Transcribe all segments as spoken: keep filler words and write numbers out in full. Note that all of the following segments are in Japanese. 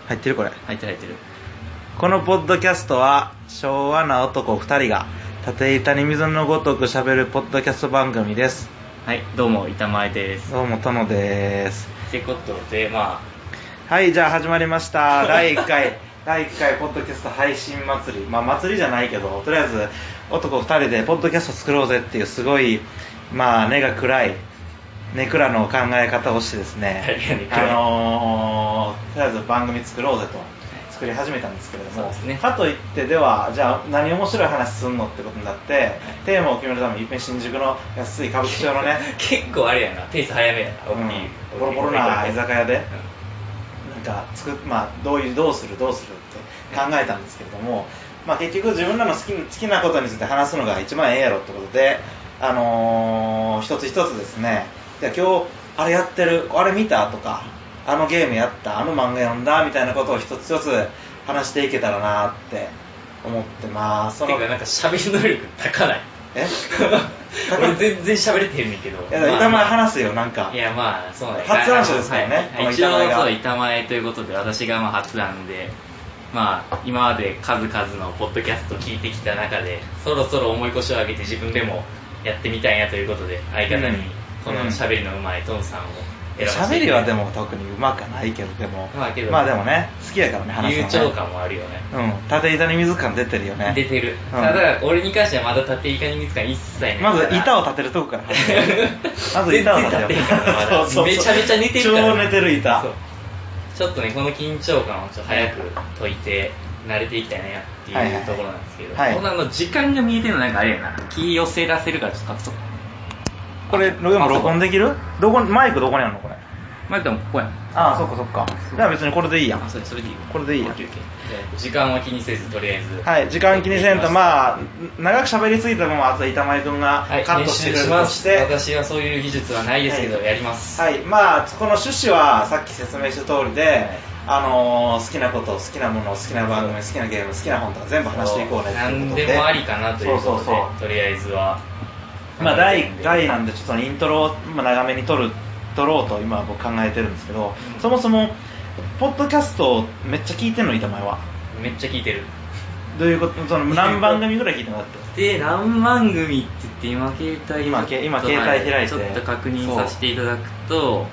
入ってるこれ。 入ってる入ってる。 このポッドキャストは昭和な男ふたりが縦板に水のごとく喋るポッドキャスト番組です。 はい、どうも板前です。 どうも殿です。 ってことで、まあはいじゃあ始まりましただいいっかいだいいっかいポッドキャスト配信祭り、まあ祭りじゃないけどとりあえず男ふたりでポッドキャスト作ろうぜっていうすごいまあ根が暗い根暗の考え方をしてですね、あのー、とりあえず番組作ろうぜと作り始めたんですけれども、ね、かといってではじゃあ何面白い話すんのってことになって、はい、テーマを決めるためにいっぺん新宿の安い歌舞伎町のね結構あれやなペース早めやな、 うん、ボロボロな居酒屋で、うん、なんか作っ、まあ、どういうどうするどうするって考えたんですけれども、まあ、結局自分らの好き、好きなことについて話すのが一番ええやろってことで、あのー、一つ一つですね今日あれやってるあれ見たとかあのゲームやったあの漫画読んだみたいなことを一つ一つ話していけたらなって思ってます。 そのてかなんか喋り能力高ないえ俺全然喋れてへんねんけどいや、まあ、板前話すよなんかいやまあそうね発案者ですからね、はい、 この一応そう板前ということで私がまあ発案でまあ今まで数々のポッドキャストを聞いてきた中でそろそろ重い腰を上げて自分でもやってみたいなということで相方に、うんこの喋りのうまいトンさんを選ばせて、 喋りはでも特にうまくないけどでも、 まあ、けどまあでもね好きやからね話すのね流暢感もあるよねうん縦板に水感出てるよね出てる、うん、ただ俺に関してはまだ縦板に水感一切ないまず板を立てるとこから始めるまず板を立てる全然立てるからまだそうそうそうめちゃめちゃ寝てるから超寝てる板ちょっとねこの緊張感をちょっと早く解いて慣れていきたいなっていうところなんですけど、はいはいはい、このあの時間が見えてるのなんかあれやな気寄せらせるからちょっと隠そうこれ録音できる？どこマイクどこにあるのこれ？ マイクはここやん。 ああそっかそっか。じゃあ別にこれでいいやん。 あそれそれでいいよ。 これでいいやん。 時間は気にせずとりあえず。 はい時間気にせんとまあ長く喋りすぎたもあと板前君がカットしてくれるとして、 はい、私はそういう技術はないですけど、はい、やります。 はいまあこの趣旨はさっき説明した通りで、はいあのー、好きなこと好きなもの好きな番組好きなゲーム好きな本とか全部話していこうねっていうことで。 何でもありかなということで。そうそうそうとりあえずは。 まあ、だいいっかいなんでちょっとイントロを長めに撮る撮ろうと今は僕考えてるんですけど、うん、そもそもポッドキャストめっちゃ聞いてんの板前はめっちゃ聞いてるどういうことその何番組ぐらい聞いてもらってで何番組って言って今携帯今今携帯開いてちょっと確認させていただくと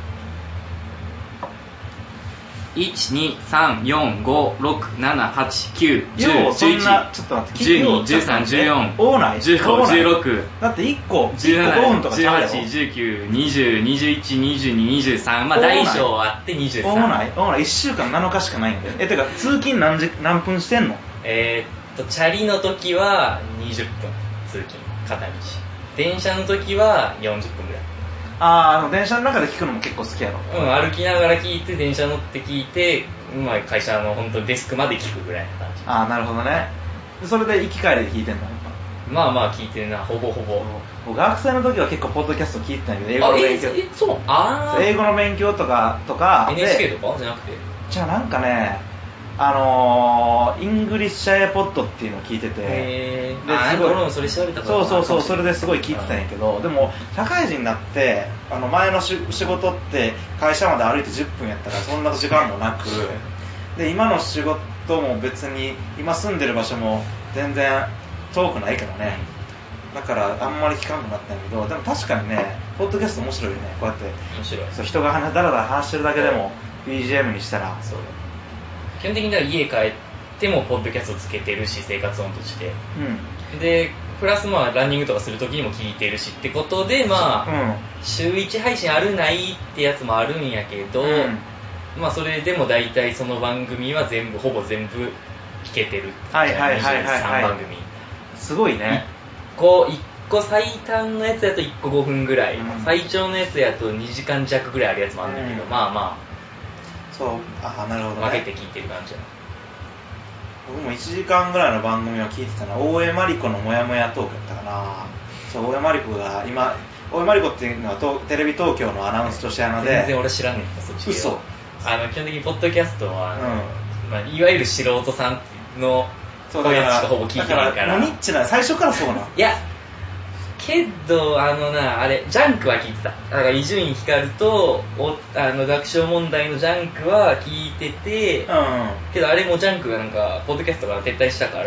いち、に、さん、よん、ご、ろく、なな、はち、きゅう、じゅう、じゅういち、じゅうに、じゅうさん、じゅうよん、じゅうご、じゅうろくだっていっこじゅうなな、 ごふんとかちゃうよじゅうはち、じゅうきゅう、にじゅう、にじゅういち、にじゅうに、にじゅうさんまあ大小あってにじゅうさん多ない多ないいっしゅうかんなのかしかないんでえてか通勤何時何分してんのえー、っとチャリの時はにじゅっぷん通勤片道電車の時はよんじゅっぷんぐらいああの電車の中で聞くのも結構好きやろうん歩きながら聞いて電車乗って聞いて、まあ、会社の本当デスクまで聞くぐらいな感じああなるほどねそれで行き帰りで聞いてんのやっぱまあまあ聞いてるなほぼほぼ僕学生の時は結構ポッドキャスト聞いてたんやけど英語の勉強あええそうあ英語の勉強とかとかエヌエイチケー とかじゃなくてじゃあなんかねあのー、イングリッシャーエポッドっていうのを聞いててへーあ俺もそれ調べたことそうそうそうそれですごい聞いてたんやけどでも社会人になってあの前の仕事って会社まで歩いてじゅっぷんやったからそんな時間もなくで今の仕事も別に今住んでる場所も全然遠くないからねだからあんまり聞かんくなったんやけどでも確かにねポッドキャスト面白いよねこうやって面白いそう人がだらだら話してるだけでも ビージーエム にしたらそう基本的には家帰ってもポッドキャストつけてるし生活音として、うん、でプラスまあランニングとかするときにも聞いてるしってことでまあ、うん、週いち配信あるないってやつもあるんやけど、うん、まあそれでも大体その番組は全部ほぼ全部聞けてるはいはいはいはい、はい、 さんばん組すごいねいっこいっこ最短のやつやといっこごふんぐらい、うん、最長のやつやとにじかん弱ぐらいあるやつもあるんだけど、うん、まあまあそうあなるほど、ね、 分けて聞いてる感じやな僕もいちじかんぐらいの番組を聞いてたな大江真理子のもやもやトークやったかなそう大江真理子が今大江真理子っていうのはテレビ東京のアナウンス女子アナで全然俺知らんねんそっち嘘あの基本的にポッドキャストは、うんまあ、いわゆる素人さんの声しかほぼ聞いてないからもうニッチな最初からそうないやけどあのなあれジャンクは聞いてた。だから伊集院光とおあの学習問題のジャンクは聞いてて、うん、けどあれもジャンクがなんかポッドキャストから撤退したから、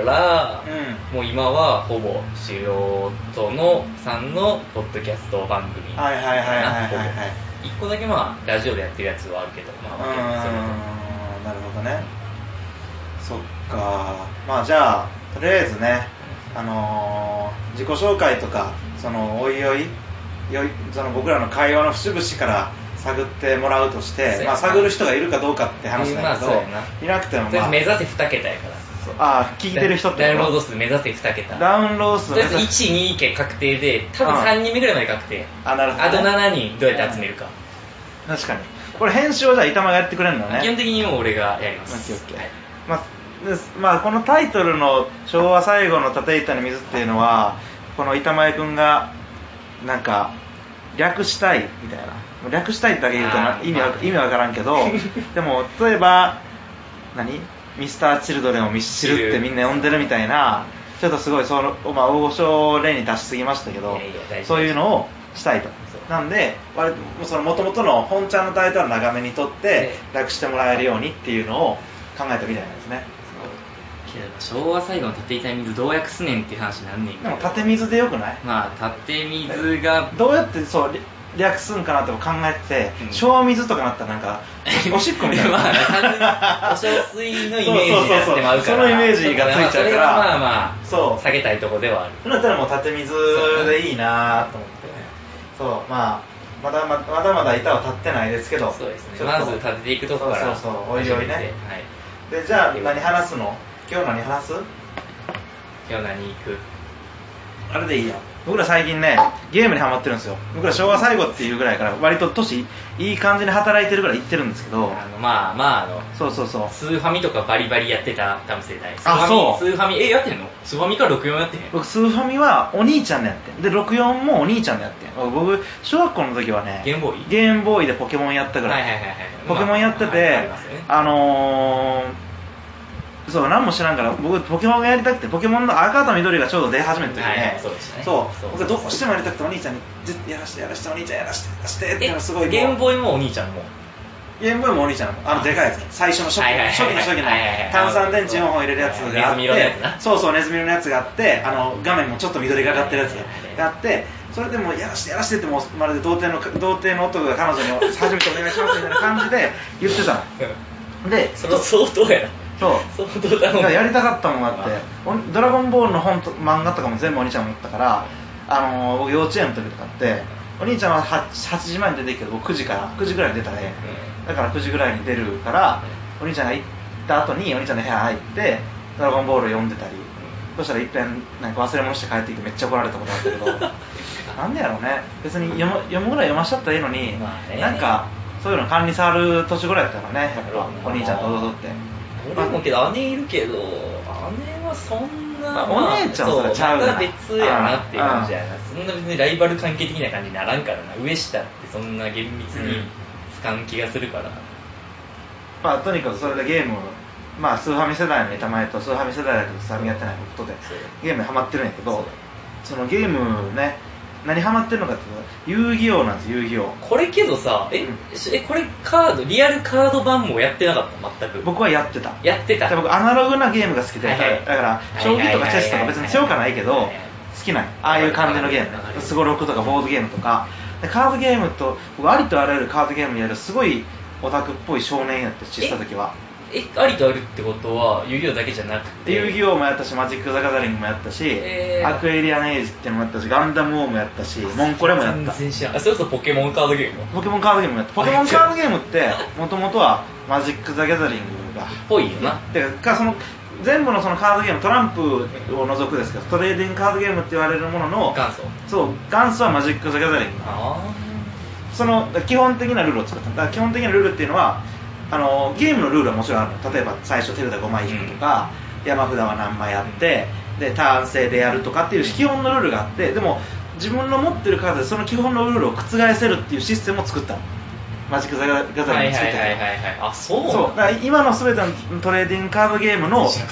うん、もう今はほぼ素人のさんのポッドキャスト番組はいはいはいはいはいはい一個だけまあラジオでやってるやつはあるけど、まあ、 うんなるほどね。そっか。まあじゃあとりあえずね、あのー、自己紹介とかそのおいおいよいその僕らの会話の節々から探ってもらうとして、まあ、探る人がいるかどうかって話だけど、まあ、いなくても、まあ、 目指せにけたやから。 ああ聞いてる人ってダウンロード数目指せにけた。 ダウンロード数とりあえずいち、にけ確定で多分さんにんめぐらいまで確定。 あなるほど、ね、 あとしちにんどうやって集めるか。 確かにこれ編集はじゃあ板間がやってくれるのね。 基本的にもう俺がやります。 オッケーオッケー、はい。まあですまあ、このタイトルの昭和最後の立板に水っていうのはこの板前くんがなんか略したいみたいな、略したいだけ言うとな意味わ、意味わからんけどでも例えば何ミスターチルドレンをミスチルってみんな呼んでるみたいな、ちょっとすごいその、まあ、大御所を例に出しすぎましたけど、いやいやそういうのをしたいと。なんで割とその元々の本ちゃんのタイトルを長めにとって略してもらえるようにっていうのを考えたみたいなんですね。 昭和最後の縦板水どう訳すねんっていう話になんねんけど、 でも縦水でよくない？ まあ縦水がどうやってそう略すんかなって考えてて、うん、小水とかなったらなんかおしっこみたいなまあお小水のイメージがしてまうから、そのイメージがついちゃうから、それはまあまあそう下げたいとこではある。 それだったらもう縦水でいいなと思って、そうまあまだまだまだまだ板は立ってないですけど、 そうですね、まず立てていくとこからそうそうそうおいおいね、はい、でじゃあ何話すの？今日何話す？ 今日何行く？ あれでいいよ。僕ら最近ねゲームにハマってるんですよ。僕ら昭和最後っていうぐらいから割と年いい感じに働いてるぐらい行ってるんですけど、 あのまあまああのそうそうそうスーファミとかバリバリやってた多分世代。 あそうスーファミえやってんの？スーファミからろくじゅうよんやってへん？ 僕スーファミはお兄ちゃんでやってんでろくじゅうよんもお兄ちゃんでやってん。僕小学校の時はねゲームボーイゲームボーイでポケモンやったぐらい、はいはいはいはい、ポケモンやってて、まあはいありますね、あのーそう何も知らんから僕ポケモンがやりたくて、ポケモンの赤と緑がちょうど出始めた時に、はいはい、そうでしたね、そう僕どうしてもやりたくてお兄ちゃんにやらしてやらしてお兄ちゃんやらしてやらしてってすごいゲームボーイもお兄ちゃんもゲームボーイもお兄ちゃんもあのでかいやつ最初の初期の初期の初期の炭酸電池よんほん入れるやつがあって、そうそうネズミ色のやつがあってあの画面もちょっと緑がかってるやつがあって、それでもうやらしてやらしてってもうまるで童貞の童貞の男が彼女に初めてお願いしますみたいな感じで言ってたのでその相当やなそう相当だもんやりたかったもんがあって、ドラゴンボールの本と漫画とかも全部お兄ちゃん持ったから、あのー、僕幼稚園の時とかってお兄ちゃんは はちじまえに出てるけど僕くじからくじぐらいに出たね、うん、だからくじぐらいに出るから、うん、お兄ちゃんが行った後にお兄ちゃんの部屋入ってドラゴンボール読んでたり、うん、そしたらいっぺんなんか忘れ物して帰ってきてめっちゃ怒られたことあったけどなんでやろうね、別に読む、読むぐらい読ましちゃったらいいのに、まあね、なんかそういうの管理触る年ぐらいだったのね、やっぱお兄ちゃんと踊って。 俺もけど姉いるけど、姉はそんな、 まあ、お姉ちゃんはそれちゃうな、 また別やなっていう感じやな。そんな別にライバル関係的な感じにならんからな。上下ってそんな厳密につかん気がするから、うん、 まあとにかくそれでゲームまあスーファミ世代の板前とスーファミ世代だけどスーファミやってないことでゲームにハマってるんやけど、そのゲームね何ハマってるのかっていうと遊戯王なんですよ。遊戯王これけどさえ、うん、えこれカードリアルカード版もやってなかった全く。 僕はやってたやってた僕アナログなゲームが好きで、はいはい、だから将棋とかチェスとか別に強くはないけど好きなああいう感じのゲーム、スゴロクとかボードゲームとかでカードゲームと僕ありとあらゆるカードゲームやるすごいオタクっぽい少年やって小さい時は。 えありとあるってことは遊戯王だけじゃなくて遊戯王もやったしマジック・ザ・ガザリングもやったし、えー、アクエリアン・エイジっていうのもやったしガンダム・ウォーもやったしモンコレもやった。 全然知らん。あそれこそポケモンカードゲームポケモンカードゲームもやった。ポケモンカードゲームってもともとはマジック・ザ・ギャザリングがぽいよな。 てかその全部のそのカードゲームトランプを除くですけどトレーディングカードゲームって言われるものの元祖そう元祖はマジック・ザ・ギャザリング。あその基本的なルールを作った。だから基本的なルールっていうのはあのゲームのルールはもちろんあるの。例えば最初手札ごまい引くとか、うん、山札は何枚あってでターン制でやるとかっていう基本のルールがあって、でも自分の持ってるカードでその基本のルールを覆せるっていうシステムを作ったの。マジック・ザ・ガザリングに作ったの。 あそうそうだから今の全てのトレーディングカードゲームの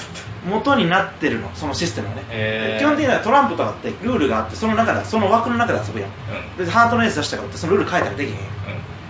元になってるの、そのシステムがね、 えー、 基本的にはトランプとかってルールがあって、その中でその枠の中で遊ぶやん、うん、でハートのエース出したからってそのルール変えたらできへん、うん、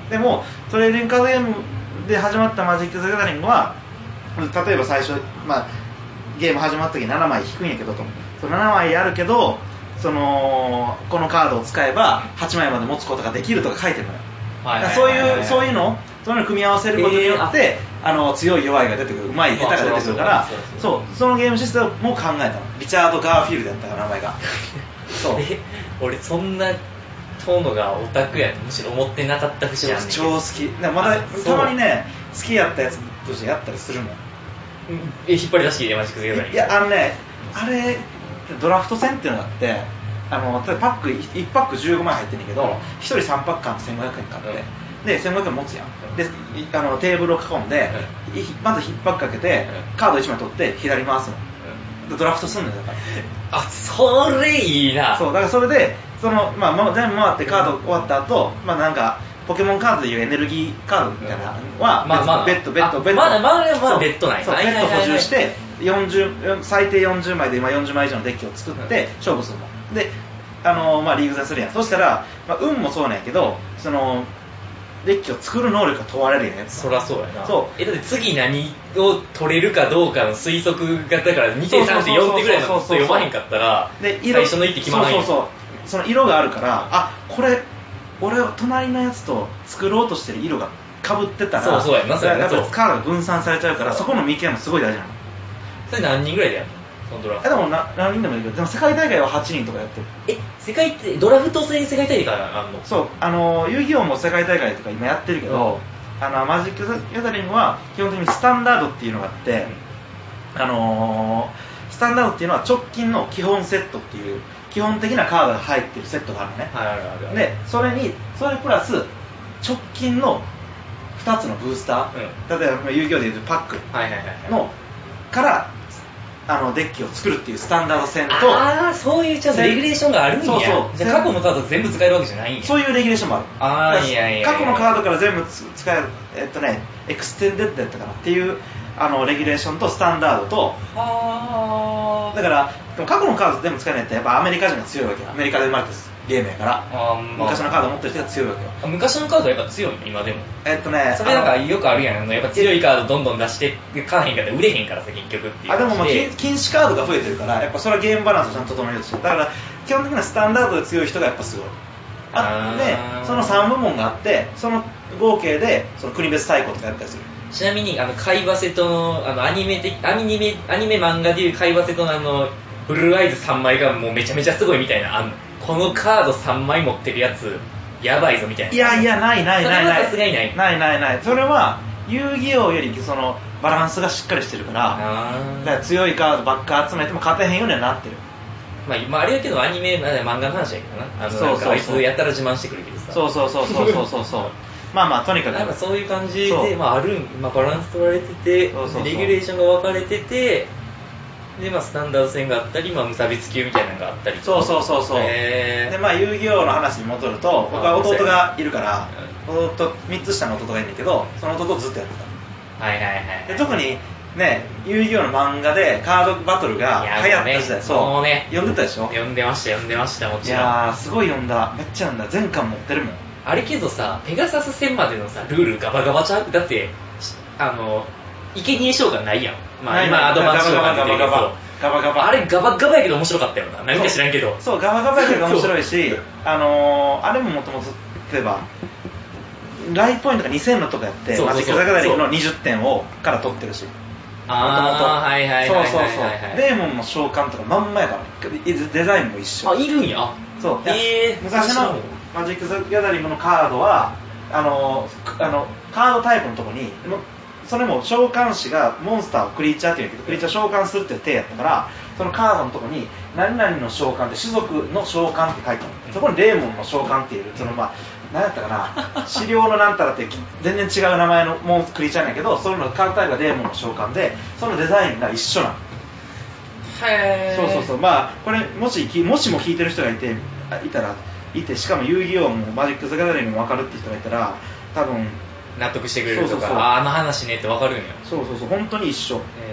でもトレーディングカードゲームで始まったマジック・ザ・ギャザリングは例えば最初、まあ、ゲーム始まった時にななまい引くんやけどと、そのななまいあるけどそのこのカードを使えばはちまいまで持つことができるとか書いてるのよ、はいはいはいはい、そういうそういうのそういうのを組み合わせることによって、えー、あの強い弱いが出てくる、うまい下手が出てくるから、そう、そのゲームシステムも考えたの。リチャード・ガーフィールドやったから名前がそうえ俺そんな遠野がオタクやとむしろ思ってなかった節なんで超好きだまだたまにね好きやったやつとしてやったりするもん。 え引っ張り出してマジック・ザ・ギャザリング。 いやあのねあれドラフト戦っていうのがあって、あの例えばパックいちパックじゅうごまい入ってんねんけど、うん、ひとりさんパック買ってせんごひゃくえん買って、うん、でせんごひゃくえん持つやん、であのテーブルを囲んで、うん、まずひっぱくかけて、うん、カードいちまい取って左回すの、うん、ドラフトすんのよだからあそれいいな。 そうだからそれでその、まあ、全部回ってカード終わった後、まあなんかポケモンカードでいうエネルギーカードみたいなのは、 うんまあまあ、 ベッドベッドベッドまだまだまだベッドないそうベッド補充してよんじゅう最低よんじゅうまいで今よんじゅうまい以上のデッキを作って勝負するので、あのまあ、リーグ戦するやん。そしたら、まあ、運もそうなんやけどそのデッキを作る能力が問われるやん。 そりゃそうやな。 そうえだって次何を取れるかどうかの推測がだからにてんさんてんよんてんぐらいのこと読まへんかったらで最初の一手決まらない。 そうそうそうその色があるからあこれ俺隣のやつと作ろうとしてる色が被ってたらそうそうやなそうやなカードが分散されちゃうからそこの見極めすごい大事なの。 それ何人ぐらいでやるのそのドラフト。 でもな何人でもいいけどでも世界大会ははちにんとかやってる。 え世界ってドラフト戦世界大会あんの。 そうあの遊戯王も世界大会とか今やってるけど、うん、あのマジック・ザ・ギャザリングは基本的にスタンダードっていうのがあって、うん、あのー、スタンダードっていうのは直近の基本セットっていう基本的なカードが入ってるセットがあるのね、 はいはいはいはい、 でそれにそれプラス直近のふたつのブースター、うん、例えば遊戯王でいうとパックの、はいはいはいはい、からあのデッキを作るっていうスタンダード戦とああそういうちゃんとレギュレーションがあるんや。そうそうじゃあ過去のカード全部使えるわけじゃないんや。 そういうレギュレーションもある。 ああいやいやいや過去のカードから全部使えるえっとねエクステンデッドやったかなっていうあのレギュレーションとスタンダードとはだからでも過去のカード全部使えないってやっぱアメリカ人が強いわけよ。アメリカで生まれたゲームやから、あ、まあ、昔のカード持ってる人が強いわけよ。 あ昔のカードはやっぱ強いの今でも。 えっとねそれなんかよくあるやん。やっぱ強いカードどんどん出して買わへんかったら売れへんからさ結局っていう。 あでもまあ禁止カードが増えてるからやっぱそれはゲームバランスをちゃんと整えようとしてる。だから基本的なスタンダードで強い人がやっぱすごい。あってそのさん部門があってその合計でその国別対抗とかやったりする。 ちなみにあのカイバセとのあのアニメ的アニメアニメ漫画でいうカイバセとのあのブルーアイズさんまいがもうめちゃめちゃすごいみたいなあんの。このカードさんまい持ってるやつやばいぞみたいな。 いやいやないないないない。 さすがにないないないない。それは遊戯王よりそのバランスがしっかりしてるからあだから強いカードばっか集めても勝てへんようにはなってる。 まあ、まあ、あれやけどアニメ漫画の話やけどなあのそうそうそうあいつやったら自慢してくるけどさそうそうそうそうそうそうまあまあとにかくなんかそういう感じで、まあ、ある、まあ、バランス取られててそうそうそうレギュレーションが分かれててで、まあ、スタンダード戦があったり、まあ、無差別級みたいなのがあったりそうそうそうそう、えー、でまあ遊戯王の話に戻ると僕は弟がいるから、うん、弟みっつ下の弟がいるんだけどその弟をずっとやってたはいはいはい、はい、 で特にね遊戯王の漫画でカードバトルが流行った時代、ね、そうもうね読んでたでしょ。 読んでました読んでましたもちろん。いやーすごい読んだめっちゃ読んだ全巻持ってるもん。 あれけどさペガサス戦までのさルールガバガバちゃうだってあの生贄召喚ないやん。まあ今アドバンス召喚出てるけどガバガバあれガバガバやけど面白かったよな。何か知らんけどそうガバガバやけど面白いしあのー、あれももともと例えばライフポイントがにせんのとかやってマジック・ザ・ギャザリングのにじゅってんをから取ってるしああはいはいはいはいはい、 そうそうそうデーモンの召喚とかまんまやからデザインも一緒。 あいるんや。 そうえー、昔のマジック・ザ・ギャザリングのカードはあのあのカードタイプのとこにそれも召喚士がモンスターをクリーチャーって言うけどクリーチャー召喚するっていう手やったからそのカードのとこに何々の召喚って種族の召喚って書いてある。そこにデーモンの召喚っていうそのまあ何やったかな資料のなんたらって全然違う名前のモンクリーチャーなんやけどそのカードタイプがデーモンの召喚でそのデザインが一緒なの。 へー。 そうそうそうまあこれもしもしも弾いてる人がいていたらいてしかも遊戯王もマジック・ザ・ギャザリングも分かるって人がいたら多分納得してくれるとかそうそうそうあの話ねって分かるんや。 そうそうそう本当に一緒。 えー、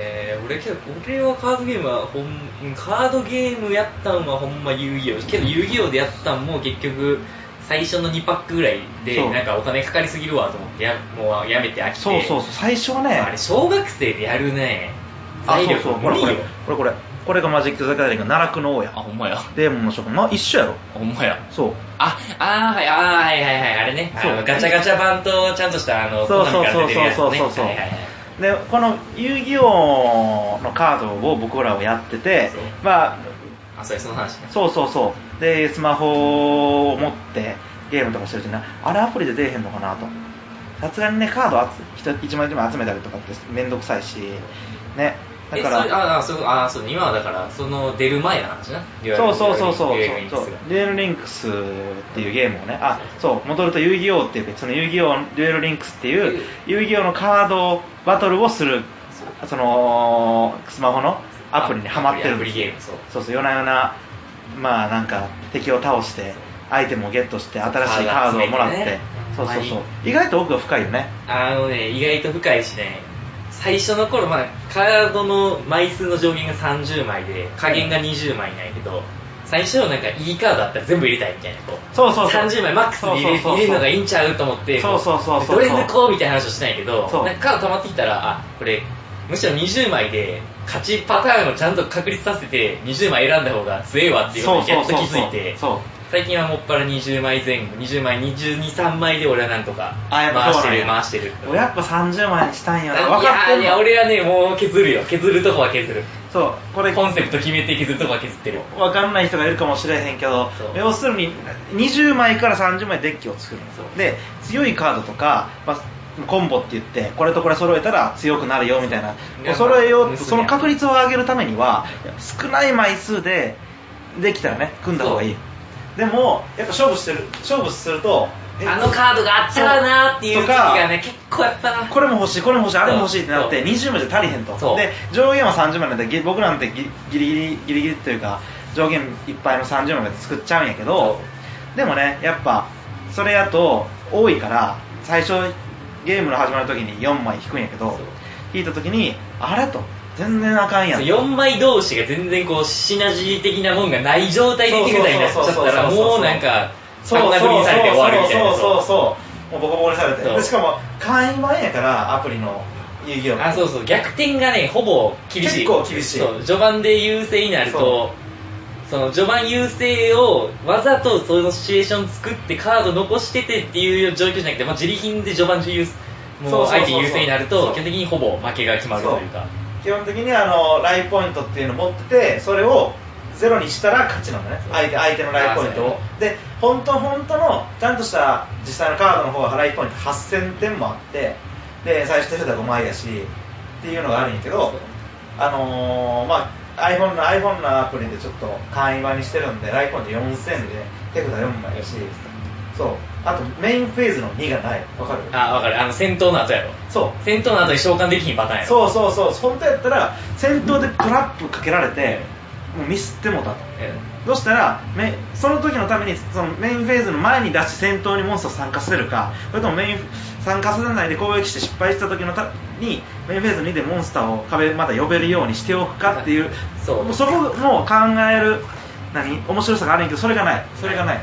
俺けど俺はカードゲームはほんカードゲームやったんはほんま遊戯王けど遊戯王でやったんも結局最初のにパックぐらいでなんかお金かかりすぎるわと思ってやもうやめて飽きてそうそうそう最初はねあれ小学生でやるね財力無理よこれこれこれがマジック・ザ・ギャザリング奈落の王やあほんまやデーモンの諸君まあ一緒やろほんまやそうああーはいあーはいはいはいあれねあのガチャガチャ版とちゃんとしたあのそうそうそうそうそうそうそうでこの遊戯王のカードを僕らはやっててまああそうその話ねそうそうそうでスマホを持ってゲームとかしてるうちにあれアプリで出えへんのかなとさすがにねカードいちまいでも集めたりとかってめんどくさいしねだからえそああそうあそう今はだからその出る前の話なそうそうそうそうデュエルリンクスデュエルリンクスっていうゲームをねあそう戻ると遊戯王っていうその遊戯王デュエルリンクスっていう遊戯王のカードバトルをするそのスマホのアプリにハマってるんですよそうそう夜な夜なまあなんか敵を倒してアイテムをゲットして新しいカードをもらって、ね、そうそうそう意外と奥が深いよねあのね意外と深いしね最初の頃、まあ、カードの枚数の上限がさんじゅうまいで下限がにじゅうまいなんやけど最初なんかいいカードあったら全部入れたいみたいなこうそうそうそうさんじゅうまいマックスで入れ入れるのがいいんちゃうと思ってそうそうそうそうどれ抜こうみたいな話をしたんやけどなんかカード溜まってきたらあこれむしろにじゅうまいで勝ちパターンをちゃんと確立させてにじゅうまい選んだ方が強いわっていうのにやっと気づいて最近はもっぱらにじゅうまいぜん後にじゅうまいにじゅうに、さんまいで俺はなんとか回してる回してるやっぱさんじゅうまいにしたんやな分かってんのいや俺はねもう削るよ削るとこは削るそうこれコンセプト決めて削るとこは削ってる分かんない人がいるかもしれへんけど要するににじゅうまいからさんじゅうまいデッキを作るんですよで強いカードとか、まあコンボって言ってこれとこれ揃えたら強くなるよみたいな揃えようその確率を上げるためには少ない枚数でできたらね組んだ方がいいでもやっぱ勝負してる勝負するとあのカードがあっちゃうなっていう時がね結構やったなこれも欲しいこれも欲しいあれも欲しいってなってにじゅうまいじゃ足りへんとで上限はさんじゅうまいなんで僕なんてギリギリギリギリというか上限いっぱいのさんじゅうまいまで作っちゃうんやけどでもねやっぱそれやと多いから最初ゲームの始まる時によんまい引くんやけど引いた時にあれと全然あかんやんよんまい同士が全然こうシナジー的なもんがない状態で手札になっちゃったらもうなんかそうそうそうそうそうそうそうもうボコボコにされてでしかも会員版やからアプリの遊戯王あそうそう逆転がねほぼ厳しい結構厳しいそう序盤で優勢になるとその序盤優勢をわざとそのシチュエーション作ってカード残しててっていう状況じゃなくて、まあ、自力で序盤優もう相手優勢になると基本的にほぼ負けが決まるというか基本的にあのライフポイントっていうのを持っててそれをゼロにしたら勝ちなのね相手相手のライフポイントを、ね、で本当本当のちゃんとした実際のカードの方はライフポイントはっせんてんもあってで最初手札ごまいやしっていうのがあるんやけどあのー、まあiPhone の iPhone のアプリでちょっと簡易版にしてるんでライフポイントよんせんで手札よんまいやしそうあとメインフェーズのにがないわかるあ分かるあの戦闘の後やろそう戦闘の後に召喚できひんパターンやろそうそうそう本当やったら戦闘でトラップかけられてもうミスってもたと、うん、どうしたらめその時のためにそのメインフェーズの前に出して戦闘にモンスターを参加させるかそれともメイン参加させないで攻撃して失敗した時のたにメインフェーズにでモンスターを壁まだ呼べるようにしておくかっていうそうもうそこも考える何面白さがあるんやけどそれがないそれがない、はい、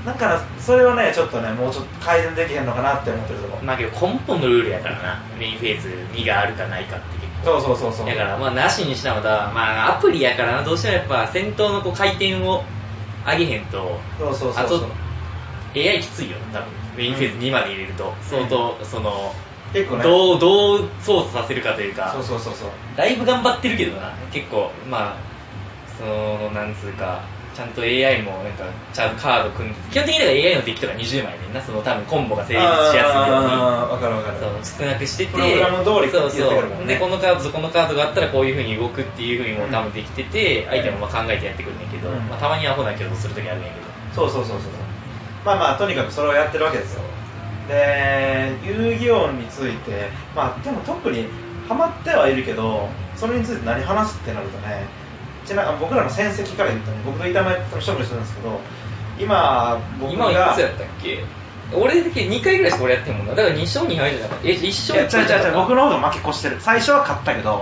だからそれはねちょっとねもうちょっと改善できへんのかなって思ってるところまあけど根本のルールやからなメインフェーズにがあるかないかってそうそうそうそうだからまあなしにしたのだまあアプリやからなどうしてもやっぱ戦闘のこう回転を上げへんとそうそうそうそうあと エーアイ きついよ多分メインフェーズにまで入れると相当、うん、その結構ねどうどう操作させるかというかそうそうそうそうだいぶ頑張ってるけどな結構まあそのなんつうかちゃんと エーアイ もなんかちゃんとカード組んで基本的には エーアイ のデッキとかにじゅうまいでなその多分コンボが成立しやすいように分かる分かるそう少なくしててプログラム通りそうそうでこのカードとこのカードがあったらこういう風に動くっていう風にも多分できてて、うん、相手もまあ考えてやってくるんだけど、うんまあ、たまにアホな挙動するときあるんやけどそうそうそうそうまあまあとにかくそれをやってるわけですよで遊戯王についてまあでも特にハマってはいるけどそれについて何話すってなるとねちな僕らの戦績から言うとね僕と板前と勝負してるんですけど今僕が今いつやったっけ俺だけにかいぐらいしか俺やってんもんなだからに勝にはいじゃなかったえいっ勝いや違う違う違う僕の方が負け越してる最初は勝ったけど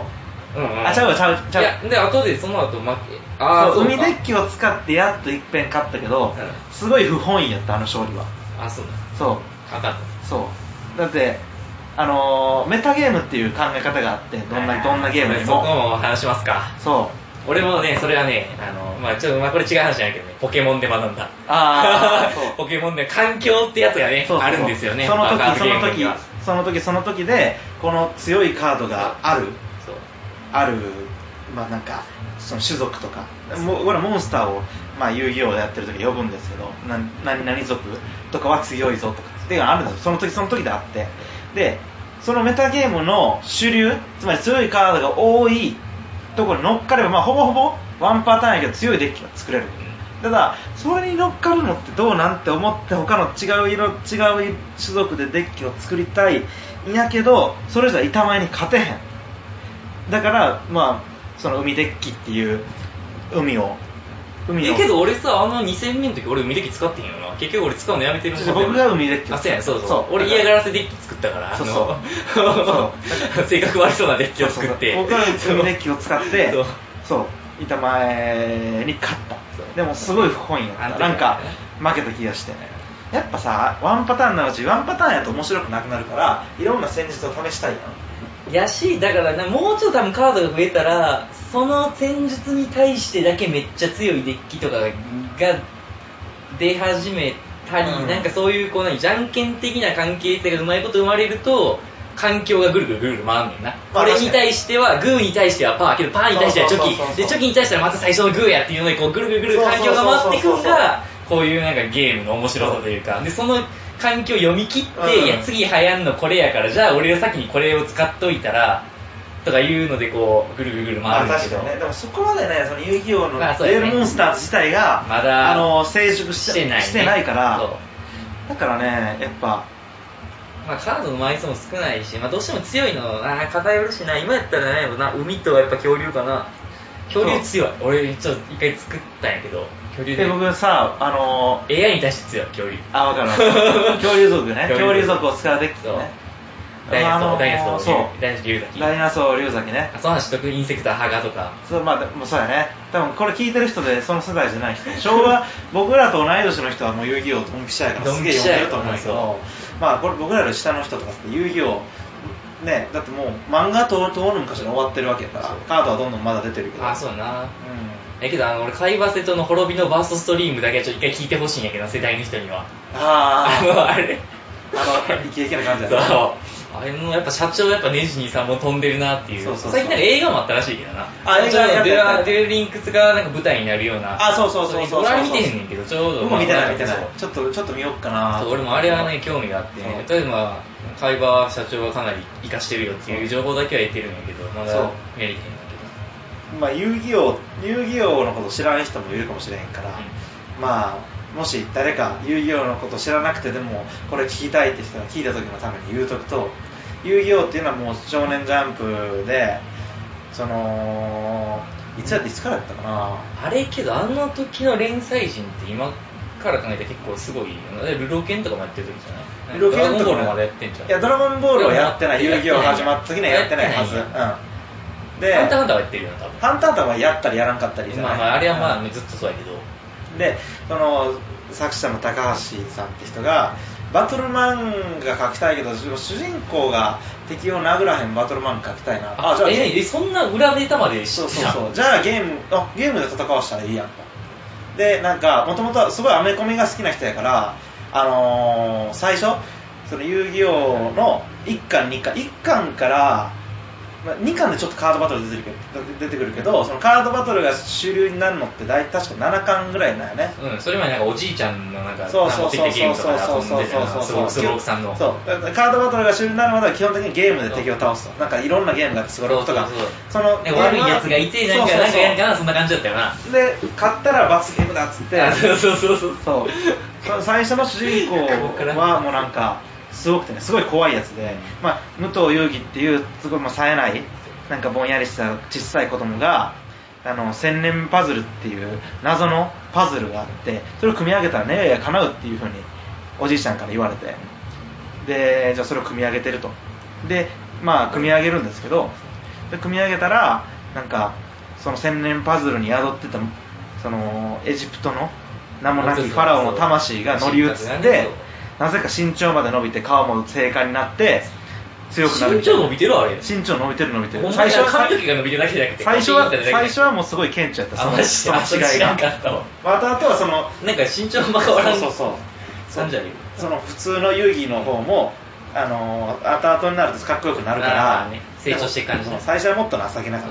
うんうん、 あ、ちゃうわちゃうちゃう。 いやで後でその後負けあそう海デッキを使ってやっと一遍勝ったけど、うん、すごい不本意やったあの勝利は。 あ、そうだ。 そう分かった。 そうだってあのー、メタゲームっていう考え方があって、どんなどんなゲームでもそこも話しますか。 そう俺もね、それはね、あの、まあちょっと、まあこれ違う話じゃないけどね、ポケモンで学んだ。 あポケモンで環境ってやつがね、そうそうそうあるんですよね。 その時、その時、その時、その時で、この強いカードがある、そうある、まあなんか、その種族とか、も俺はモンスターを、まあ遊戯王でやってる時呼ぶんですけど、な何々族とかは強いぞとかっていうのがあるんですよ。その時その時であって。で、そのメタゲームの主流、つまり強いカードが多いところに乗っかれば、まあ、ほぼほぼワンパターンやけど強いデッキが作れる。ただそれに乗っかるのってどうなんて思って他の違う色違う種族でデッキを作りたいんやけど、それじゃ板前に勝てへん。だからまあその海デッキっていう海を海のえけど俺さ、あのにせんめの時俺海デッキ使ってんよな。結局俺使うのやめてるんだ。僕が海デッキをあ、そうや、そうそうそう俺嫌がらせデッキ作ったから、そうそうそう性格悪そうなデッキを作ってそうそうそう僕が海デッキを使ってそうそう板前に勝った。でもすごい不本意だった。なんか負けた気がして、やっぱさワンパターンなうちワンパターンやと面白くなくなるから、いろんな戦術を試したいやん。 やし、だからな、もうちょっと多分カードが増えたら、その戦術に対してだけめっちゃ強いデッキとかが出始めたり、うん、なんかそういうこう何じゃんけん的な関係性がうまいこと生まれると、環境がぐるぐるぐるぐる回んねんな。これに対しては、グーに対してはパー、けどパーに対してはチョキ、で、チョキに対してはまた最初のグーやっていうので、こうぐるぐるぐる環境が回っていくのが、こういうなんかゲームの面白さというか、で、その環境を読み切って、うん、いや次流行んのこれやからじゃあ俺が先にこれを使っといたらとかいうのでこうぐるぐるぐる回るんだけど、 確かにね。でもそこまでね、その遊戯王のデュエルモンスター自体がまだあの成熟してしてない、ね、 してないからだからねやっぱ、 まあ、カードの枚数も少ないし、まあ、どうしても強いのあ偏るしな。今やったらねな海とはやっぱ恐竜かな。恐竜強い。俺ちょっと一回作ったんやけど恐竜で僕さ、あのー、エーアイ に対して強い恐竜。 あ、分かる恐竜族ね恐竜族を使うデッキね。 ダイナソー、ダイナソー、 そうダイナソー龍崎。 ダイナソー龍崎ね。 その話特にインセクターハガとか。 そう、まあ、もうそうやね。多分これ聞いてる人でその世代じゃない人、昭和僕らと同い年の人はもう遊戯王ドンピシャやからすげえ読んでると思うんですけど、まあこれ僕らより下の人とかって遊戯王ね、だってもう漫画ととの昔に終わってるわけやからカードはどんどんまだ出てるけど。 あ、そうやな。うん。えけどあの俺海馬瀬戸の滅びのバーストストリームだけはちょっと一回聞いてほしいんやけど、世代の人には。 ああのあれあのイケイケな感じだね。 そう。あれのやっぱ社長やっぱネジにさんぼん飛んでるなっていう。そうそうそう、最近なんか映画もあったらしいけどな。 あ、映画やってた。 デュエルリンクスがなんか舞台になるような。 あ、そうそうそうそう。 俺あれ見てへんねんけど、ちょうど。 僕も見てない見てない。ちょっとちょっと見よっかな。 そう、俺もあれはね興味があってね。例えば海馬社長はかなり活かしてるよっていう情報だけは得てるんやけど、まだ見れてへんんだけど。まあ遊戯王遊戯王のこと知らない人もいるかもしれへんから、うん、まあ。もし誰か遊戯王のこと知らなくてでもこれ聞きたいって人が聞いた時のために言うとくと、遊戯王っていうのはもう少年ジャンプでそのいつやっていつからやったかなあれ。けどあの時の連載陣って今から考えて結構すごいよな。ルロケンとかもやってる時じゃない？ルロケンとかドラゴンボールまでやってんじゃん。 いやドラゴンボールはやってない。遊戯王始まった時にはやってないはず。うん。 でハンターハンターはやってるよな多分。 ハンターハンターはやったりやらんかったりじゃない。 まあまああれはまあずっとそうやけど。 でその作者の高橋さんって人がバトル漫画描きたいけど主人公が敵を殴らへんバトル漫画描きたいなあ。あじゃあええそんな裏ネタまでそうそうそうじゃあゲームあゲームで戦わしたらいいやんと。でなんかもともとすごいアメコミが好きな人やからあのー、最初その遊戯王のいっかんにかんいっかんからにかんでちょっとカードバトル出てくる出てくるけど、そのカードバトルが主流になるのって大体確かななかんぐらいなんよね。 うん、それまでなんかおじいちゃんのなんかそうそうそうそうそうそうそうそうスロークさんのそうカードバトルが主流になるまでは基本的にゲームで敵を倒すと。なんかいろんなゲームがあってスゴロクとかその悪いやつがいてなんかなんかやんかなそんな感じだったよな。 で勝ったら罰ゲームだっつってそうそうそうそうそう最初の主人公はもうなんかすごくてね、すごい怖いやつで、まあ、武藤遊戯っていうすごいまあ冴えないなんかぼんやりした小さい子供があの千年パズルっていう謎のパズルがあって、それを組み上げたら願いが叶うっていう風におじいちゃんから言われて、でじゃあそれを組み上げてると。でまあ組み上げるんですけど、 で組み上げたらなんかその千年パズルに宿ってたそのエジプトの名もなきファラオの魂が乗り移ってなぜか身長まで伸びて顔も正確になって強くなる。 身長伸びてるあれ。 身長伸びてる伸びてる。 最初は髪の毛が伸びてるだけじゃなくて、 最初は最初はもうすごい顕著やった。 そのその違いが。 またあとはそのなんか身長も変わらん。 そうそうそう。 そうその普通の遊戯の方もあの後々になるとかっこよくなるから、 ね、成長していく感じ、ね。 最初はもっと情けなかった。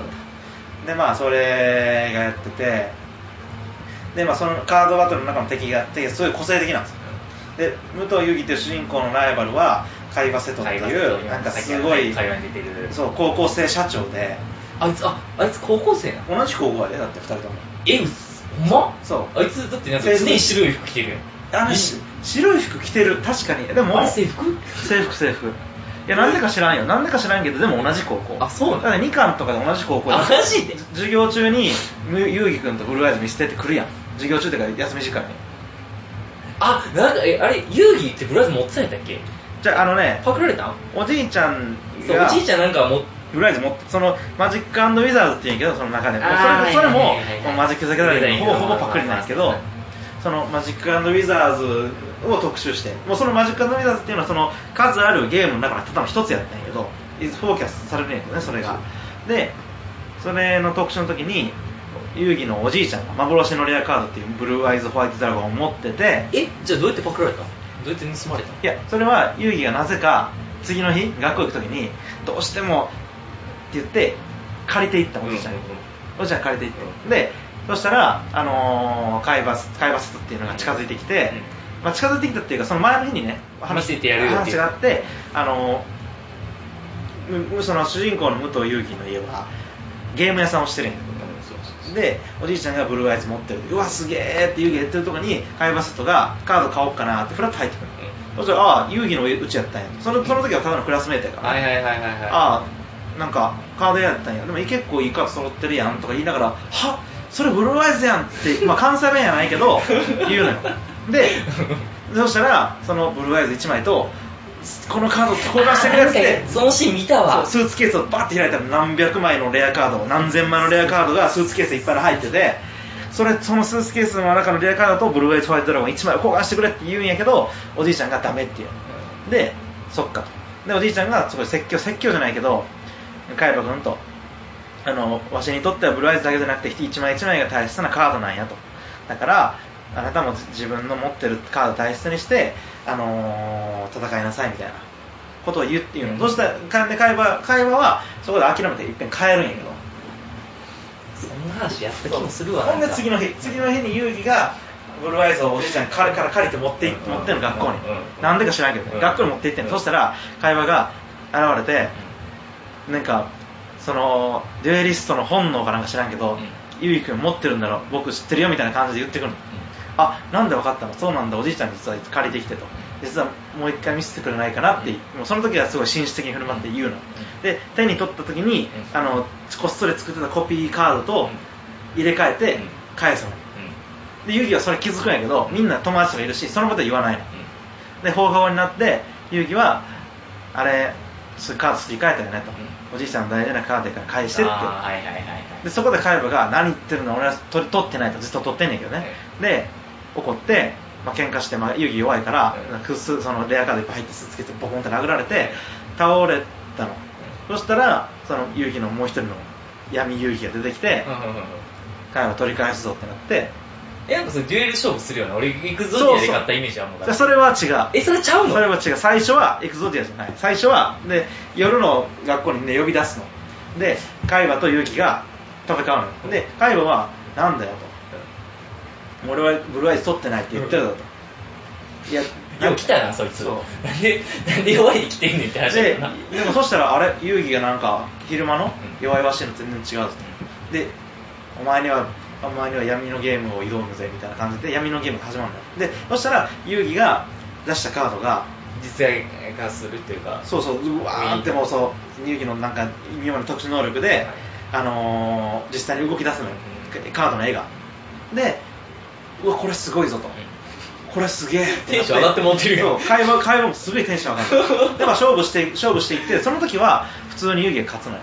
でまあそれがやってて、でまあそのカードバトルの中の敵が敵がすごい個性的なんですよ。で武藤遊戯という主人公のライバルはカイバセトっていうなんかすごいそう高校生社長で、 あいつああいつ高校生なの？同じ高校やでだってふたりとも。 えうほんま？ そうあいつだってなんか常に白い服着てるやん。 あの白い服着てる確かに。でも制服？ 制服制服。いやなんでか知らんよ。なんでか知らんけどでも同じ高校。 あそうなの？ だからにかんとかで同じ高校で。 あマジで？ 授業中に遊戯君とブルーアイズ見捨ててくるやん。授業中ってか休み時間に。 あなんかえあれ遊戯ってブルーアイズ持ってたんやったっけ？ じゃああのねパクられたん？ おじいちゃんがおじいちゃんなんかもブルーアイズ持ってそのマジック&ウィザーズって言うんやけどその中でもそれそれもマジック・ザ・ギャザリングほぼほぼパクリなんですけど。そのマジック&ウィザーズを特集してもうそのマジック&ウィザーズっていうのはその数あるゲームの中のただの一つやったんやけどフォーキャスされるんやけどねそれがでそれの特集の時に遊戯のおじいちゃんが幻のレアカードっていうブルーアイズホワイトドラゴンを持っててえじゃあどうやってパクられたの？どうやって盗まれたの？ いやそれは遊戯がなぜか次の日学校行く時にどうしてもって言って借りていったおじいちゃんに、うんうんうん、おじいちゃん借りていって、うん、でそしたら、あのー、カイバス、カイバスっていうのが近づいてきて、うんまあ、近づいてきたっていうかその前の日にね話してやるよ話があって、あのー、その主人公の武藤遊戯の家はゲーム屋さんをしてるんやけど、でおじいちゃんがブルーアイズ持ってるうわすげーって遊戯やってるとこにカイバスとがカード買おうかなってフラッと入ってくる、うん、そしたらああ遊戯のうちやったんやそのその時はただのクラスメートやから、 はいはいはいはい、はい、 ああなんかカード屋やったんやでも結構いいカード揃ってるやんとか言いながらはそれブルーアイズやんって、まあ、関西弁やないけど言うのよでそしたらそのブルーアイズいちまいとこのカード交換してくれってそのシーン見たわスーツケースをバッて開いたら何百枚のレアカード何千枚のレアカードがスーツケースいっぱいに入っててそれそのスーツケースの中のレアカードとブルーアイズホワイトドラゴンいちまいを交換してくれって言うんやけどおじいちゃんがダメって言うでそっかとでおじいちゃんがすごい説教説教じゃないけどカイバ君とあのわしにとってはブルーアイズだけじゃなくて一枚一枚が大切なカードなんやとだからあなたも自分の持ってるカードを大切にして、あのー、戦いなさいみたいなことを言っていうの、うん、そしたら会話、会話はそこで諦めていっぺん帰るんやけどそんな話やった気もするわほんで次の日次の日に遊戯がブルーアイズをおじいちゃんから借りて持ってい、うん、持ってんの学校に、うん、なんでか知らんけど、ねうん、学校に持って行ってんの、うん、そしたら会話が現れて、うん、なんかそのデュエリストの本能かなんか知らんけど、うん、ゆいくん持ってるんだろ僕知ってるよみたいな感じで言ってくるの、うん、あなんで分かったのそうなんだおじいちゃん実は借りてきてと実はもう一回見せてくれないかなって、うん、もうその時はすごい紳士的に振る舞って言うの、うん、で手に取った時に、うん、あのこっそり作ってたコピーカードと入れ替えて返すの、うん、でゆうぎはそれ気づくんやけどみんな友達とかいるしそのことは言わないの、うん、で放課後になってゆうぎはあれカードすり替えたよねと、うん、おじいちゃんの大事なカードから返してって、 はいはいはいはい、 でそこでカイバが何言ってるの俺は取取ってないとずっと取ってんねんけどね、うん、で怒って、まあ、喧嘩して、まあ、遊戯弱いから、うん、そのレアカードいっぱい入ってスーツケースボコンって殴られて倒れたの、うん、そしたらその遊戯のもう一人の闇遊戯が出てきて、うんうんうん、カイバ取り返すぞってなってえなんかそれデュエル勝負するよね俺エクゾディアで買ったイメージあるもんだからそれは違うえそれちゃうのそれは違う最初はエクゾディアじゃない最初はで夜の学校にね呼び出すのでカイバとユウキが戦うのよでカイバはなんだよと俺はブルーアイズ取ってないって言ってるだと、うん、いやよう来たなそいつなんでなんで弱いで来てんねんって話だよなででもそしたらあれユウキがなんか昼間の弱いわしてるの全然違うぞ、うん、でお前にはお前には闇のゲームを挑むぜみたいな感じで闇のゲームが始まるんだよでそしたら遊戯が出したカードが実演化するっていうかそうそううわーってもうそう遊戯のなんか今の特殊能力で、はい、あのー、実際に動き出すのよ、うん、カードの絵がでうわこれすごいぞと、うん、これすげえってテンション上がって持ってるよ会話会話もすごいテンション上がるで、まあ、勝負して勝負していってその時は普通に遊戯が勝つのよ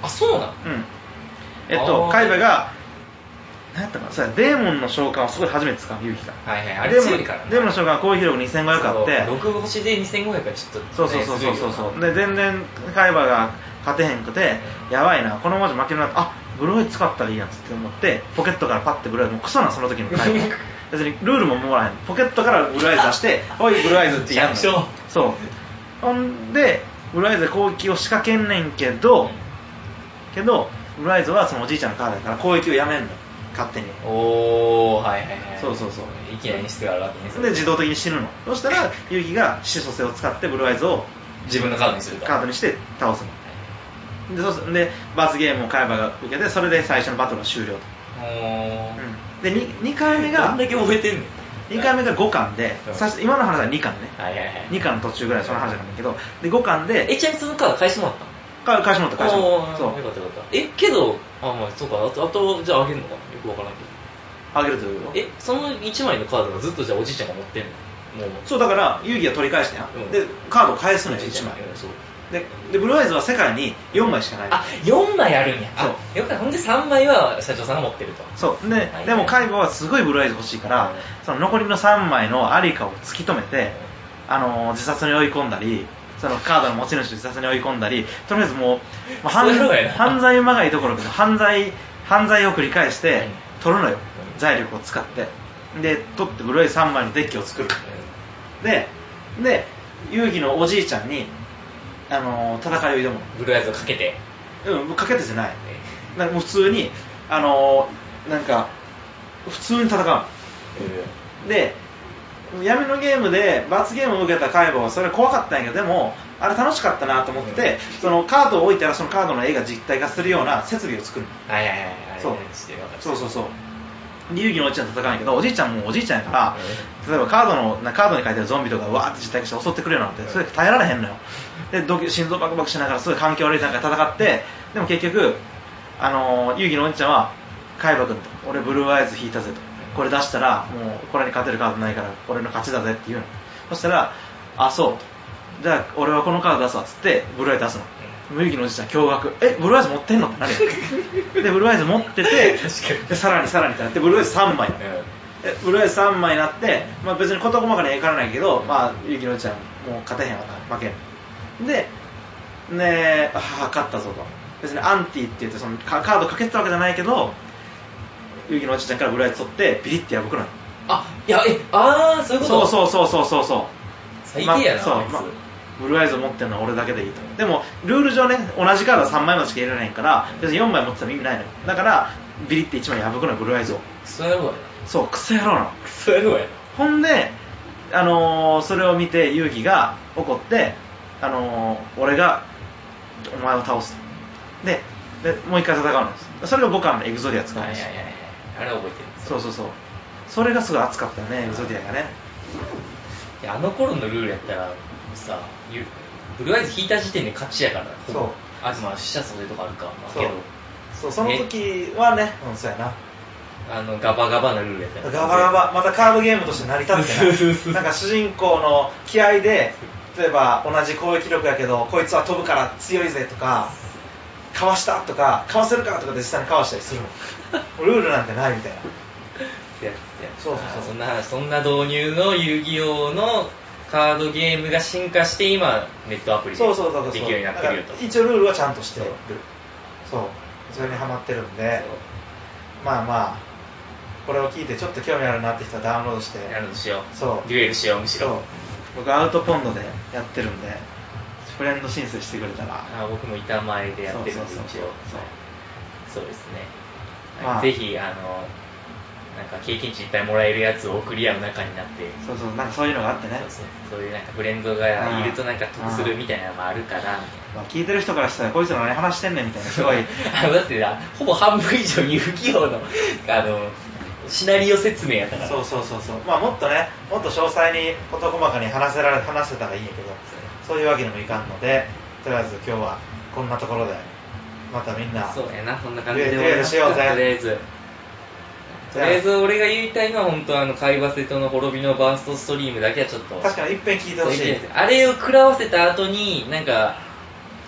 あ、そうなの？ うんえっと海馬が何やったかな、それデーモンの召喚をすごい初めて使う勇気が。 はいはい、あれ強いからね。 デーモンの召喚は攻撃力にせんごひゃくあって、 ろく星でにせんごひゃくはちょっと、 そうそうそうそうそう、で全然海馬が勝てへんくて、やばいなこの文字負けるなって、あブルーアイズ使ったらいいやつって思ってポケットからパッてブルーアイズ、もうクソなその時の海馬別にルールももらへん、ポケットからブルーアイズ出しておいブルーアイズってやるの。そうほんでブルーアイズで攻撃を仕掛けんねんけど、けどブルーアイズはそのおじいちゃんのカードだから攻撃をやめんの勝手に。 おー、はいはいはい。 そうそうそう、 いきなり演出があるわけね。 で自動的に死ぬの。そしたらユキが死蘇生を使ってブルーアイズを自分のカードにすると、 カードにして倒すの。でそうで罰ゲームを海馬が受けて、それで最初のバトルが終了と。 おー、 うん、で 2, にかいめがどんだけ覚えてんの。 にかいめがごかんで、うん、今の話はにかんね、 はいはいはい、 にかんの途中ぐらいその話なんだけど、でごかんでえちなみにそのカード返してもらったの？ か返しもらった返しもらった。そうよかったよかった。えけどあまあそうか、あとあとじゃああげるのかな、よくわからんけど。 あげるということ？ えそのいちまいのカードがずっとじゃあおじいちゃんが持ってんの？もうそうだから遊戯が取り返してや、うん、でカードを返すのよいちまい、うん、そうででブルーアイズは世界によんまいしかない。 あよんまいあるんや。そうあよかった。ほんでさんまいは社長さんが持ってると。 そうで、はい、でも海馬はすごいブルーアイズ欲しいから、うん、その残りのさんまいのありかを突き止めて、あのー、自殺に追い込んだり、そのカードの持ち主を自殺に追い込んだり、とりあえずもう、まあ、犯, 犯罪まがいどころか犯罪犯罪を繰り返して取るのよ、うん、財力を使って。で取ってブルーアイズさんまいのデッキを作る。でで遊戯のおじいちゃんに、あのー、戦いを挑む。 ブルーアイズをかけて、 うん、かけてじゃない、なんかもう普通に、あのー、なんか普通に戦う、うん、で闇のゲームで罰ゲームを受けた海馬はそれ怖かったんやけど、でもあれ楽しかったなと思って、うん、そのカードを置いたらそのカードの絵が実体化するような設備を作る。 はいはいはいはい、 そうそうそうそう。遊戯のおじいちゃんと戦うんやけど、おじいちゃんもおじいちゃんやから、例えばカードのカードに書いてあるゾンビとかわーって実体化して襲ってくるようなんて、それ耐えられへんのよ。でドキ心臓バクバクしながらすごい環境悪い中戦って、でも結局あの遊戯のおじいちゃんは海馬君と俺ブルーアイズ引いたぜと、これ出したらもうこれに勝てるカードないから俺の勝ちだぜって言うの。そしたらあそうと、じゃあ俺はこのカード出すわっつってブルーアイズ出すの。遊戯のおじいちゃん驚愕、えブルーアイズ持ってんのってなるよでブルーアイズ持っててでさらにさらにってなってブルーアイズさんまい、うん、ブルーアイズさんまいになって、まあ、別に事細かにはいかないけど、まあ、遊戯のおじいちゃんもう勝てへんわ負けんでね、あ勝ったぞと。別にアンティって言ってそのカードかけてたわけじゃないけど、遊戯のおじいちゃんからブルーアイズ取ってビリッて破くの。 あいやえああそういうこと。 そうそうそうそうそう最低やな、ま、 そう、ま、ブルーアイズを持ってるのは俺だけでいいと。でもルール上ね同じカードはさんまいまでしか入れられへんから、別によんまい持ってても意味ないのよ。だからビリっていちまい破くのよブルーアイズを。 クソ野郎やな。 そうクソ野郎なの。 クソ野郎やな。 ほんで、あのー、それを見て遊戯が怒って、あのー、俺がお前を倒すででもう一回戦うんです。それが僕はエグゾディア使うんです。 はいはいはい、あれ覚えてる。 そうそうそう、それがすごい熱かったよねエグゾディアがね。 いやあの頃のルールやったらさ、ブルーアイズ引いた時点で勝ちやから。 そう。 あとまあ死者蘇生とかあるか、まあ、 そうけどそうその時はね、うん、そうやな。 あのガバガバなルールやったらガバガバまたカードゲームとして成り立ってないなんか主人公の気合で例えば同じ攻撃力やけどこいつは飛ぶから強いぜとかかわしたとかかわせるかとかで実際にかわしたりするのルールなんてないみたいな。 いやいやそうそうそう、そんな話、そんな導入の遊戯王のカードゲームが進化して今ネットアプリでできるようになってるよと。 一応ルールはちゃんとしてる。そうそれにハマってるんで、まあまあこれを聞いてちょっと興味あるなって人はダウンロードしてやるのしよう。 そうデュエルしよう。むしろ僕アウトポンドでやってるんでフレンド申請してくれたら。 あ僕も板前でやってるんで一応。そうですね、まあ、ぜひあのなんか経験値いっぱいもらえるやつを送り合う仲になって、 そうそうなんかそういうのがあってね、 そうそうそういうなんかフレンドがいるとなんか得するみたいなのもあるから、 まあ、聞いてる人からしたらこいつら何話してんねんみたいなすごいあのだってほぼ半分以上遊戯王のあのシナリオ説明やったから。 そうそうそうそう、まあもっとねもっと詳細に事細かに話せられ話せたらいいんやけど、そういうわけにもいかんので、とりあえず今日はこんなところでまたみんなそうやな、そんな感じでデュエルしようぜ。 とりあえずとりあえず俺が言いたいのは本当あの海馬瀬戸の滅びのバーストストリームだけはちょっと確かに一遍聞いてほしい。 あれを食らわせた後になんか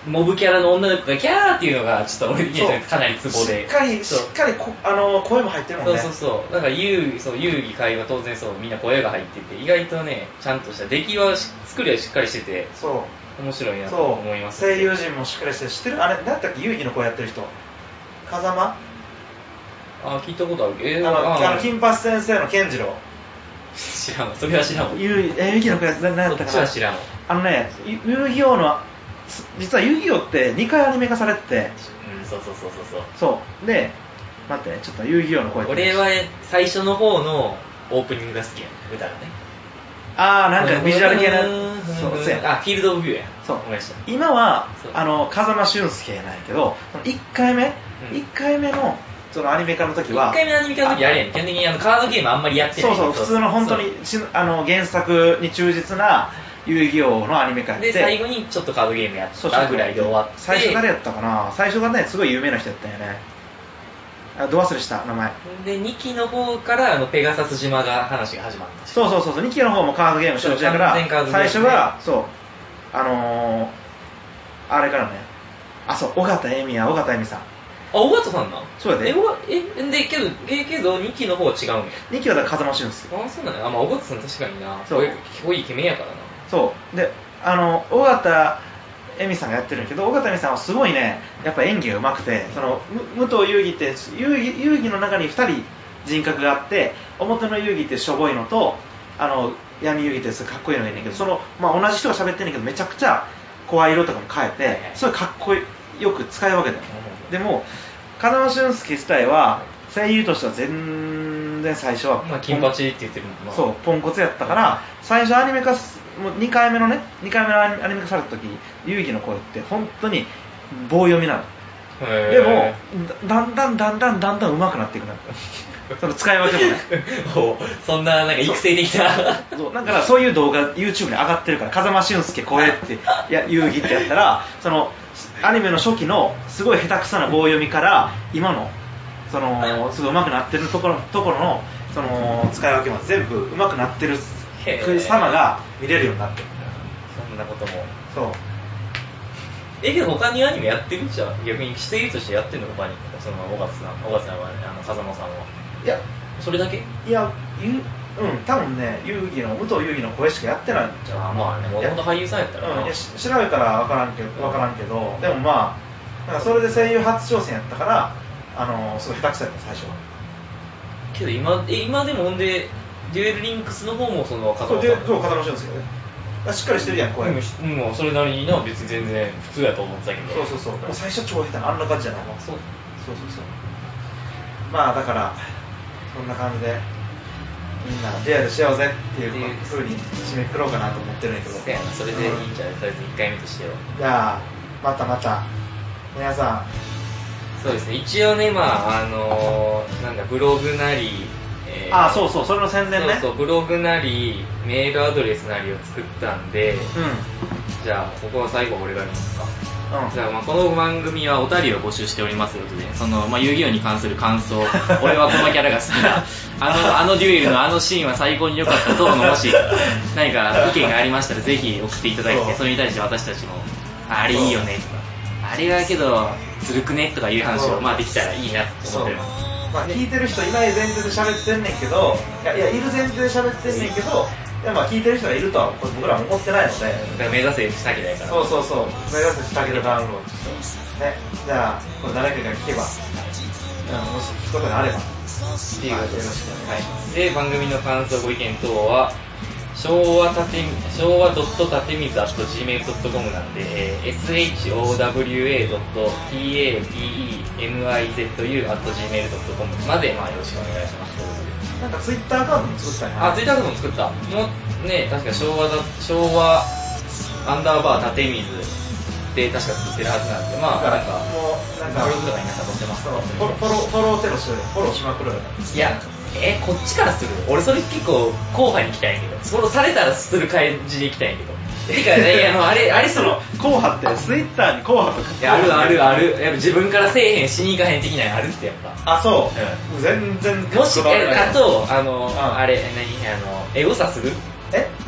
モブキャラの女の子がキャーっていうのがちょっと俺にはかなりツボで、 しっかりしっかりこあの声も入ってるもんね。 そうそうそう。だから遊戯そう遊戯会は当然そうみんな声が入ってて意外とねちゃんとした出来は作りはしっかりしてて、そう面白いなと思います。 声優陣もしっかりして知ってるあれ何だったっけ遊戯の声やってる人。風間？ あ聞いたことある。えー、 あのああの金八先生の健次郎。 知らんわ。それは知らんわ。 遊戯え遊戯の声何やったかな。 そっちは知らんわ。 あのね遊戯王の実は遊戯王ってにかいアニメ化されてて、 うん、そうそうそうそうそうそうで待ってちょっと遊戯王の声俺は最初の方のオープニングが好きやん歌がね。 ああなんかビジュアル系なそうそうやあフィールドオブビューやそう思いました。 今はあの風間俊介やないけどいっかいめ、うん、いっかいめのそのアニメ化の時はいっかいめのアニメ化の時あれやん基本的にあのカードゲームあんまりやってない。 そうそう普通の本当にあの原作に忠実な遊戯王のアニメ化やってで最後にちょっとカードゲームやったぐらいで終わって最初誰やったかな最初がねすごい有名な人やったよねあど忘れした名前でにきの方からあのペガサス島が話が始まった。 そうそうそうそうにきの方もカードゲーム承知だから最初はそうあのー、あれからねあそう尾形恵美や尾形恵美さんあ尾形さんなそうやでええでけどえけどにきの方は違うんやにきはだから風間俊介あそうなんやあまあ尾形さん確かになそうすごいイケメンやからなそうであの尾形恵美さんがやってるんだけど尾形恵美さんはすごいねやっぱ演技が上手くてその武藤遊戯って遊戯遊戯の中にふたり人格があって表の遊戯ってしょぼいのとあの闇遊戯ってかっこいいのがいいんだけどその、まあ、同じ人が喋ってるんだけどめちゃくちゃ声色とかも変えてすごいかっこよく使い分けてる、うん、でも風間俊介自体は声優としては全然最初は、 まあ、金八って言ってるもんなそうポンコツやったから最初アニメ化もうにかいめのねにかいめのアニメ化された時遊戯の声って本当に棒読みなのでもだんだんだんだんだんだん上手くなっていくなその使い分けもねそんななんか育成できたそうだからそういう動画 YouTube に上がってるから風間俊介声ってや遊戯ってやったらそのアニメの初期のすごい下手くそな棒読みから今のそのすごい上手くなってるところところのその使い分けも全部上手くなってる様が見れるようになってるそんなこともそうえけど他にアニメやってるじゃん逆に声優としてやってるの他にその尾形さん尾形さんはあの風間さんはいやそれだけいやゆうん多分ね遊戯の武藤遊戯の声しかやってないんじゃんあまあねもともと俳優さんやったらな、 うん、いや調べたら分からんけど分からんけどでもまあなんかそれで声優初挑戦やったからあのすごい下手くそやった最初はけど今え今でもほんでデュエルリンクスの方もその風間さんそう風間俊介ねしっかりしてるやん声もうそれなりにな別に全然普通やと思ってたけどそうそうそうもう最初超下手なあんな感じじゃないのそうそうそうそうまあだからそんな感じでみんな出会いで幸せっていうふうに締めくくろうかなと思ってるんやけどそうやなそれでいいんじゃない、うん、とりあえずいっかいめとしてはじゃあまたまた皆さんそうですね一応ねまああのー、なんだブログなりえー、あそうそうそれの宣伝ねそうそうブログなりメールアドレスなりを作ったんで、うん、じゃあここは最後俺が見ますか、うん、じゃあまあこの番組はお便りを募集しておりますので、ね、その、まあ、遊戯王に関する感想俺はこのキャラが好きだあのあのデュエルのあのシーンは最高に良かった等のもし何か意見がありましたらぜひ送っていただいて そ, それに対して私たちもあれいいよねとかあれはけどずるくねとかいう話をまあできたらいいなと思ってます。 まあ、聞いてる人いない前提で喋ってんねんけどいや、いやいる前提で喋ってんねんけどいやまあ聞いてる人がいるとは僕らは思ってないのでだから目指せ下着だからそうそうそう目指せ下着でダウンロードしてねじゃあこれ誰かが聞けばもし聞くことがあればっていうことでよろしくお願いしますで番組の感想ご意見等は昭和たて昭和たてみず アットジーメールドットコム なんで、えー、エスエイチオーダブリューエードットティーエーティーイーエムアイゼットユー アットジーメールドットコム まで、まあ、よろしくお願いします。 なんかツイッターアカウントも作ったんやあ、ツイッターアカウントも作った。もうね、確か昭和だ昭和アンダーバーたてみずで確か作ってるはずなんで、まあなんかもうなんかブログとかになったとしてます。 フォローフォローテロしてるフォローしまくる。 いや。えこっちからする俺それ結構後輩に来たんやけどフォローされたらする感じで来たんやけどてかねあのあれあれその後輩ってツイッターに後輩とかいやあるあるあるやっぱ自分からせえへんしに行かへん的なのあるってやっぱあそう、うん、全然もしあとあの、うん、あれ何あのエゴサするえ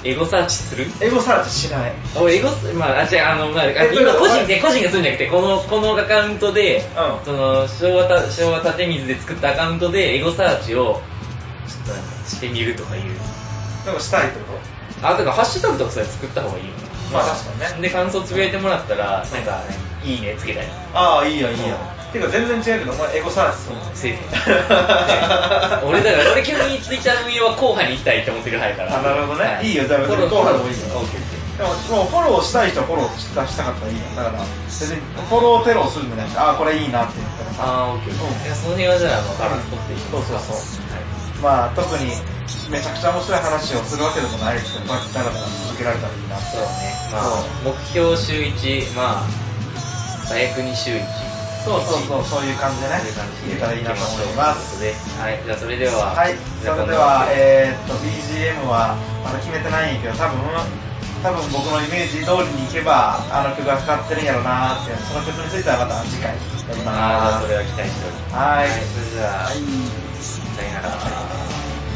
エゴサーチする？ エゴサーチしない。 おエゴまああ違うあのまあ今個人で個人がするんじゃなくてこのこのアカウントで、うん、その昭和た昭和立水で作ったアカウントでエゴサーチをちょっとなんかしてみるとかいう。 なんかしたいってこと？ あだからハッシュタグとかそれ作った方がいいよ。 まあ確かにね。 で感想つぶやいてもらったらなんか、ね、いいねつけたい。 ああいいよいいよ。てか全然違うけどお前エゴサーチするの？ せえへん。俺だから俺急にツイッターの運用は後輩に行きたいって思ってる派やから。 あなるほどね。はい、いいよじゃあ後輩でもいいよ。でももうフォローしたい人はフォローしたしたかったらいいよ。だから別にフォローテロをするんじゃなくてああこれいいなって言ったらさ。 ああオッケー。うん、いやその辺はじゃあバランス取っていきます。 そうそうそう。はい、まあ特にめちゃくちゃ面白い話をするわけでもないですけど、まあだから続けられたらいいな。 そうね。まあ目標週いち、まあ最悪に週いち。 そうそうそう、そういう感じでね、いけたらいいなと思います。 はい、じゃあそれでは、 はい、それでは、えー、っと ビージーエム はまだ決めてないんやけど、多分多分僕のイメージ通りにいけばあの曲がかかってるんやろうなーって、その曲についてはまた次回やります。 ああ、それは期待しております。 はい、 はい、それでは、はい、さよなら。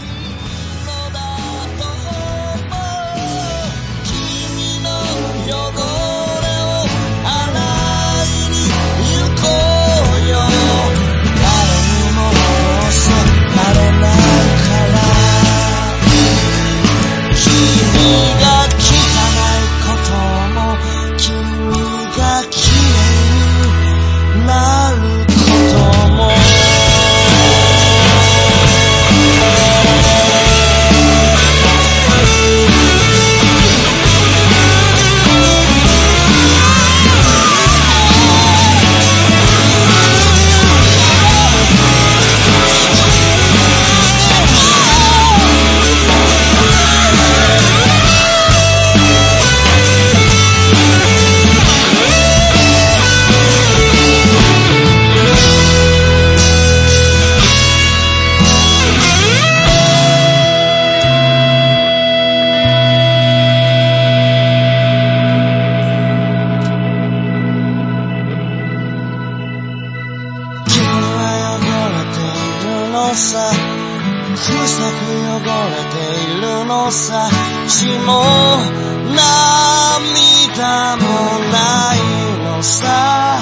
血も涙もないのさ、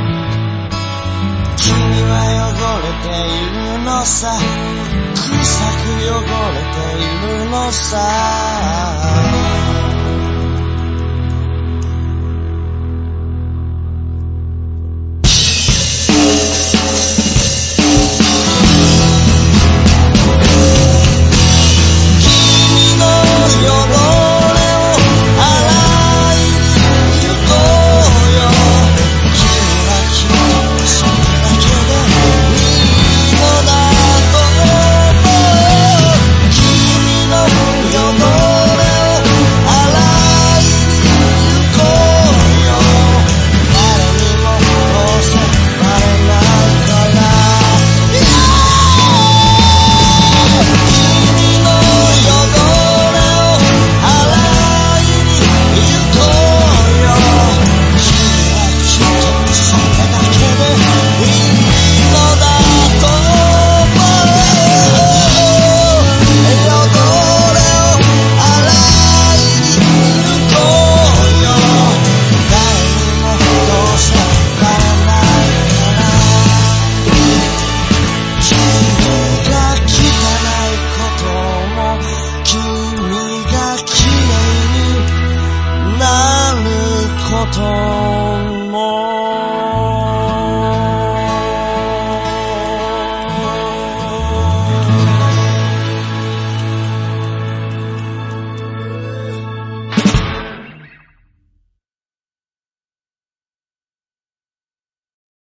君は汚れているのさ、臭く汚れているのさ。